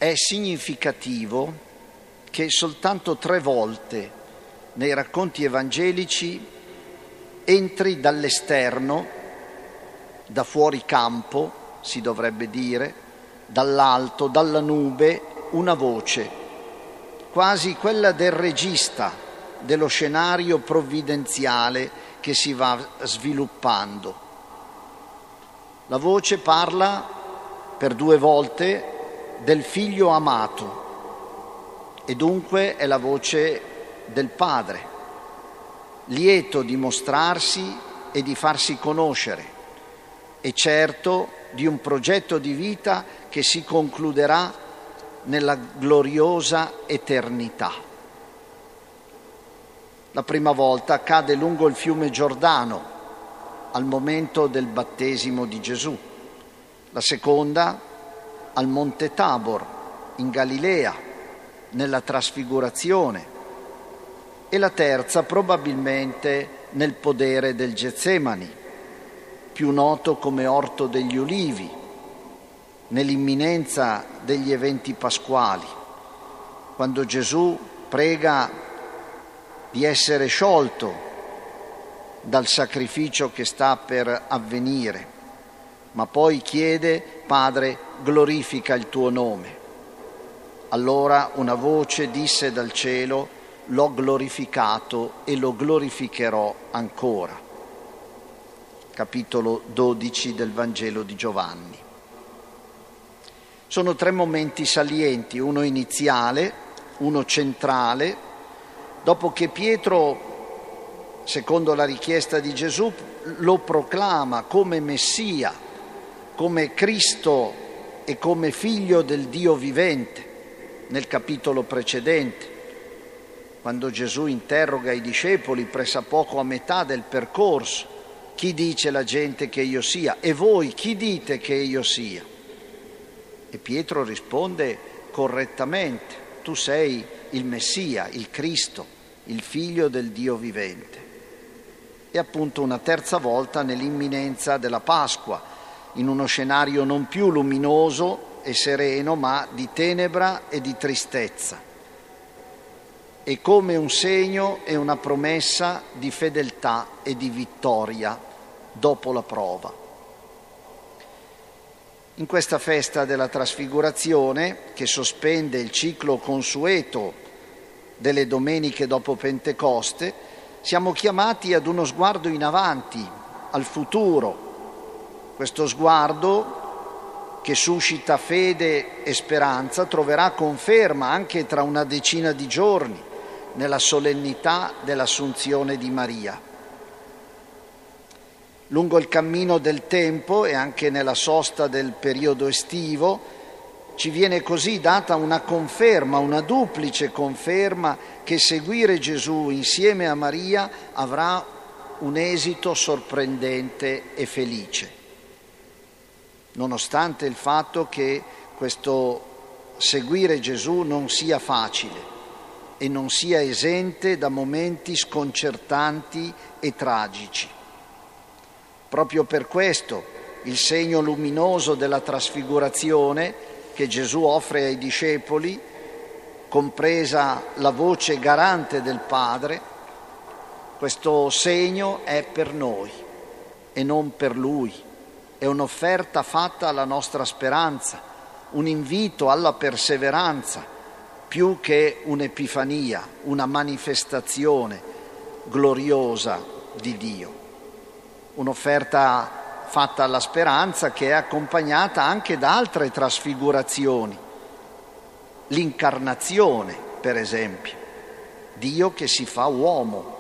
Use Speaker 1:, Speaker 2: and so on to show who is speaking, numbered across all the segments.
Speaker 1: È significativo che soltanto 3 volte nei racconti evangelici entri dall'esterno, da fuori campo, si dovrebbe dire, dall'alto, dalla nube, una voce, quasi quella del regista dello scenario provvidenziale che si va sviluppando. La voce parla per 2 volte del figlio amato e dunque è la voce del Padre, lieto di mostrarsi e di farsi conoscere e certo di un progetto di vita che si concluderà nella gloriosa eternità. La prima volta accade lungo il fiume Giordano, al momento del battesimo di Gesù. La seconda al Monte Tabor, in Galilea, nella trasfigurazione. E la terza probabilmente nel podere del Getsemani, più noto come Orto degli Ulivi, nell'imminenza degli eventi pasquali, quando Gesù prega di essere sciolto dal sacrificio che sta per avvenire, ma poi chiede: Padre, glorifica il tuo nome. Allora una voce disse dal cielo: l'ho glorificato e lo glorificherò ancora. Capitolo 12 del Vangelo di Giovanni. Sono 3 momenti salienti, uno iniziale, uno centrale, dopo che Pietro, secondo la richiesta di Gesù, lo proclama come Messia, come Cristo e come figlio del Dio vivente, nel capitolo precedente, quando Gesù interroga i discepoli pressappoco a metà del percorso: chi dice la gente che io sia? E voi chi dite che io sia? E Pietro risponde correttamente: tu sei il Messia, il Cristo, il figlio del Dio vivente. E appunto una terza volta nell'imminenza della Pasqua, in uno scenario non più luminoso e sereno, ma di tenebra e di tristezza, e come un segno e una promessa di fedeltà e di vittoria dopo la prova. In questa festa della Trasfigurazione, che sospende il ciclo consueto delle domeniche dopo Pentecoste, siamo chiamati ad uno sguardo in avanti, al futuro. Questo sguardo, che suscita fede e speranza, troverà conferma anche tra una decina di giorni, nella solennità dell'Assunzione di Maria. Lungo il cammino del tempo e anche nella sosta del periodo estivo ci viene così data una conferma, una duplice conferma, che seguire Gesù insieme a Maria avrà un esito sorprendente e felice, nonostante il fatto che questo seguire Gesù non sia facile e non sia esente da momenti sconcertanti e tragici. Proprio per questo il segno luminoso della trasfigurazione che Gesù offre ai discepoli, compresa la voce garante del Padre, questo segno è per noi e non per Lui. È un'offerta fatta alla nostra speranza, un invito alla perseveranza, più che un'epifania, una manifestazione gloriosa di Dio. Un'offerta fatta alla speranza che è accompagnata anche da altre trasfigurazioni. L'incarnazione, per esempio, Dio che si fa uomo.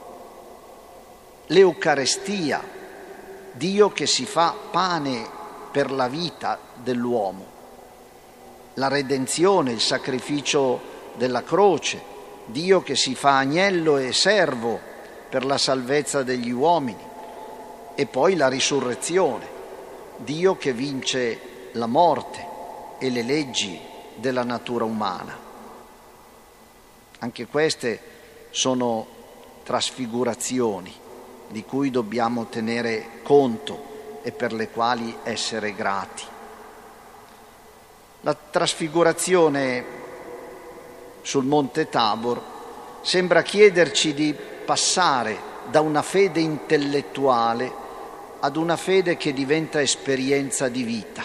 Speaker 1: L'Eucarestia, Dio che si fa pane per la vita dell'uomo. La redenzione, il sacrificio della croce, Dio che si fa agnello e servo per la salvezza degli uomini. E poi la risurrezione, Dio che vince la morte e le leggi della natura umana. Anche queste sono trasfigurazioni di cui dobbiamo tenere conto e per le quali essere grati. La trasfigurazione sul Monte Tabor sembra chiederci di passare da una fede intellettuale ad una fede che diventa esperienza di vita.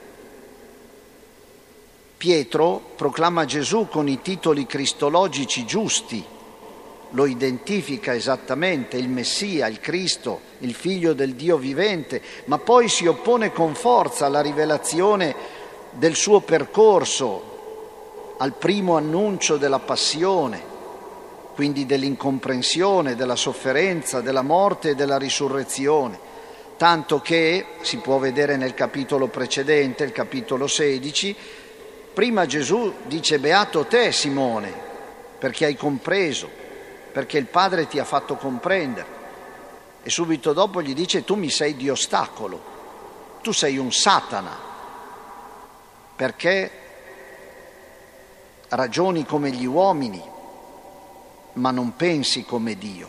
Speaker 1: Pietro proclama Gesù con i titoli cristologici giusti, lo identifica esattamente, il Messia, il Cristo, il Figlio del Dio vivente, ma poi si oppone con forza alla rivelazione del suo percorso, al primo annuncio della passione, quindi dell'incomprensione, della sofferenza, della morte e della risurrezione, tanto che, si può vedere nel capitolo precedente, il capitolo 16, prima Gesù dice: beato te, Simone, perché hai compreso, perché il Padre ti ha fatto comprendere. E subito dopo gli dice: tu mi sei di ostacolo, tu sei un Satana, perché ragioni come gli uomini, ma non pensi come Dio.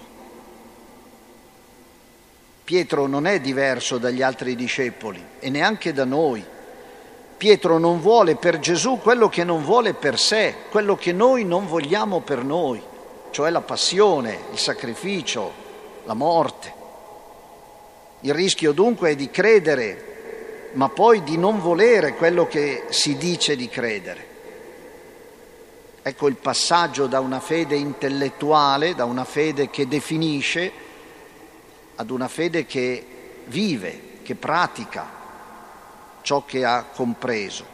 Speaker 1: Pietro non è diverso dagli altri discepoli e neanche da noi. Pietro non vuole per Gesù quello che non vuole per sé, quello che noi non vogliamo per noi, cioè la passione, il sacrificio, la morte. Il rischio dunque è di credere, ma poi di non volere quello che si dice di credere. Ecco il passaggio da una fede intellettuale, da una fede che definisce, ad una fede che vive, che pratica ciò che ha compreso.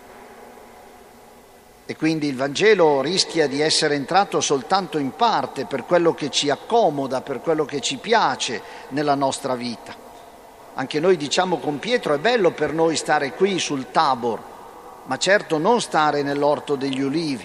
Speaker 1: E quindi il Vangelo rischia di essere entrato soltanto in parte per quello che ci accomoda, per quello che ci piace nella nostra vita. Anche noi diciamo con Pietro: è bello per noi stare qui sul Tabor, ma certo non stare nell'orto degli ulivi.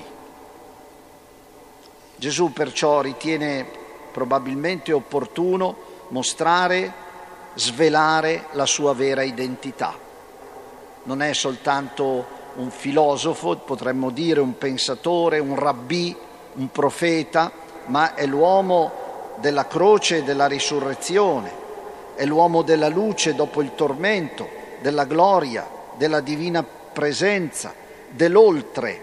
Speaker 1: Gesù perciò ritiene probabilmente opportuno mostrare, svelare la sua vera identità. Non è soltanto un filosofo, potremmo dire un pensatore, un rabbì, un profeta, ma è l'uomo della croce e della risurrezione, è l'uomo della luce dopo il tormento, della gloria, della divina presenza, dell'oltre,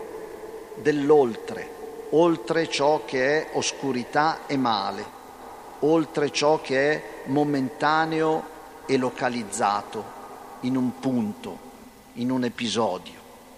Speaker 1: oltre ciò che è oscurità e male, oltre ciò che è momentaneo e localizzato in un punto, in un episodio.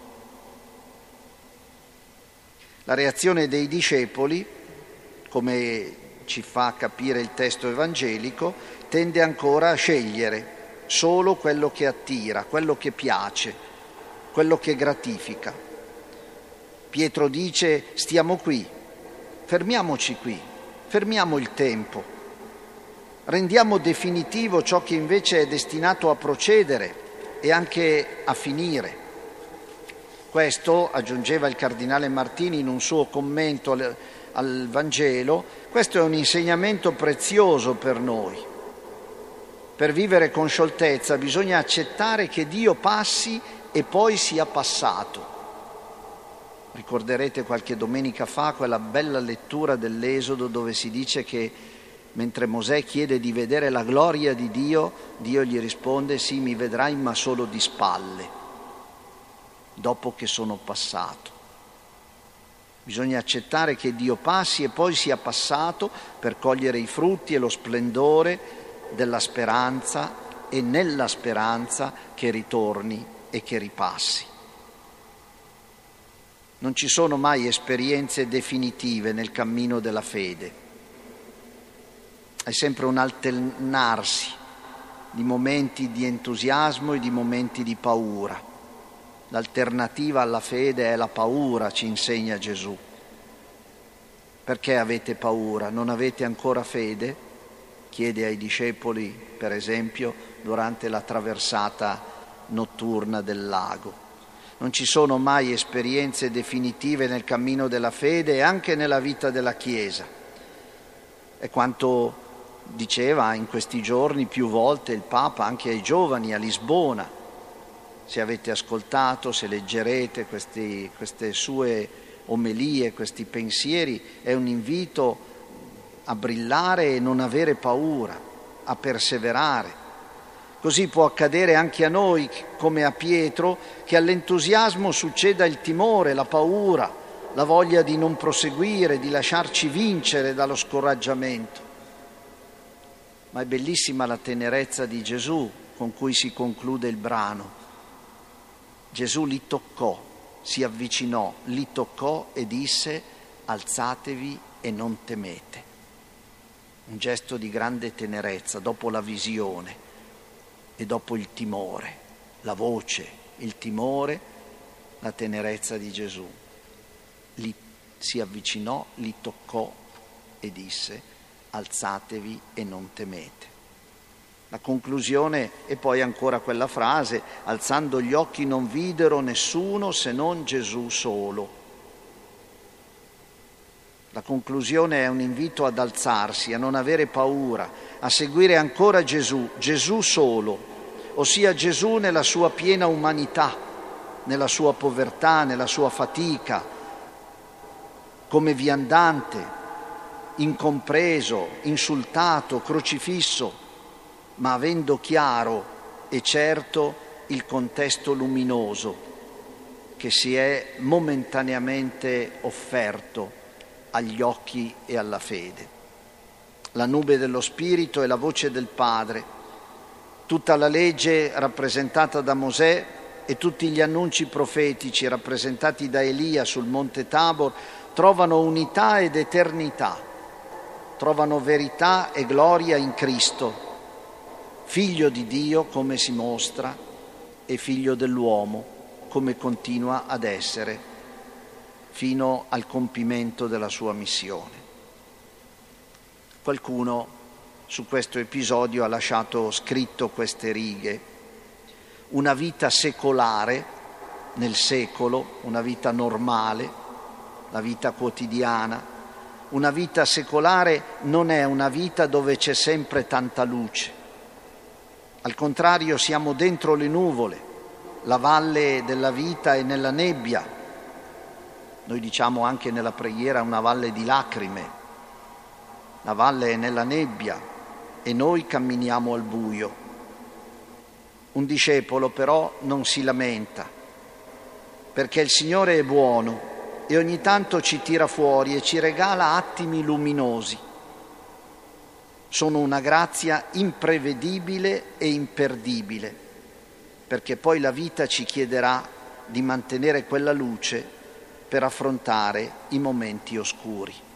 Speaker 1: La reazione dei discepoli, come ci fa capire il testo evangelico, tende ancora a scegliere solo quello che attira, quello che piace, quello che gratifica. Pietro dice: stiamo qui, fermiamoci qui, fermiamo il tempo, rendiamo definitivo ciò che invece è destinato a procedere e anche a finire. Questo, aggiungeva il cardinale Martini in un suo commento al Vangelo, questo è un insegnamento prezioso per noi. Per vivere con scioltezza bisogna accettare che Dio passi e poi sia passato. Ricorderete qualche domenica fa quella bella lettura dell'Esodo dove si dice che mentre Mosè chiede di vedere la gloria di Dio, Dio gli risponde: sì, mi vedrai, ma solo di spalle, dopo che sono passato. Bisogna accettare che Dio passi e poi sia passato per cogliere i frutti e lo splendore della speranza e nella speranza che ritorni e che ripassi. Non ci sono mai esperienze definitive nel cammino della fede. È sempre un alternarsi di momenti di entusiasmo e di momenti di paura. L'alternativa alla fede è la paura, ci insegna Gesù. Perché avete paura? Non avete ancora fede? Chiede ai discepoli, per esempio, durante la traversata notturna del lago. Non ci sono mai esperienze definitive nel cammino della fede e anche nella vita della Chiesa. È quanto diceva in questi giorni più volte il Papa anche ai giovani a Lisbona. Se avete ascoltato, se leggerete queste sue omelie, questi pensieri, è un invito a brillare e non avere paura, a perseverare. Così può accadere anche a noi, come a Pietro, che all'entusiasmo succeda il timore, la paura, la voglia di non proseguire, di lasciarci vincere dallo scoraggiamento. Ma è bellissima la tenerezza di Gesù con cui si conclude il brano. Gesù li toccò, si avvicinò, li toccò e disse: alzatevi e non temete. Un gesto di grande tenerezza dopo la visione e dopo il timore, la voce, il timore, la tenerezza di Gesù. Li si avvicinò, li toccò e disse: alzatevi e non temete. La conclusione è poi ancora quella frase: alzando gli occhi non videro nessuno se non Gesù solo. La conclusione è un invito ad alzarsi, a non avere paura, a seguire ancora Gesù, Gesù solo, ossia Gesù nella sua piena umanità, nella sua povertà, nella sua fatica, come viandante, incompreso, insultato, crocifisso, ma avendo chiaro e certo il contesto luminoso che si è momentaneamente offerto agli occhi e alla fede. La nube dello Spirito e la voce del Padre, tutta la legge rappresentata da Mosè e tutti gli annunci profetici rappresentati da Elia sul monte Tabor trovano unità ed eternità, trovano verità e gloria in Cristo, figlio di Dio come si mostra e figlio dell'uomo come continua ad essere fino al compimento della sua missione. Qualcuno su questo episodio ha lasciato scritto queste righe: una vita secolare nel secolo, una vita normale, la vita quotidiana. Una vita secolare non è una vita dove c'è sempre tanta luce. Al contrario, siamo dentro le nuvole, la valle della vita è nella nebbia. Noi diciamo anche nella preghiera una valle di lacrime. La valle è nella nebbia e noi camminiamo al buio. Un discepolo però non si lamenta, perché il Signore è buono e ogni tanto ci tira fuori e ci regala attimi luminosi. Sono una grazia imprevedibile e imperdibile, perché poi la vita ci chiederà di mantenere quella luce per affrontare i momenti oscuri.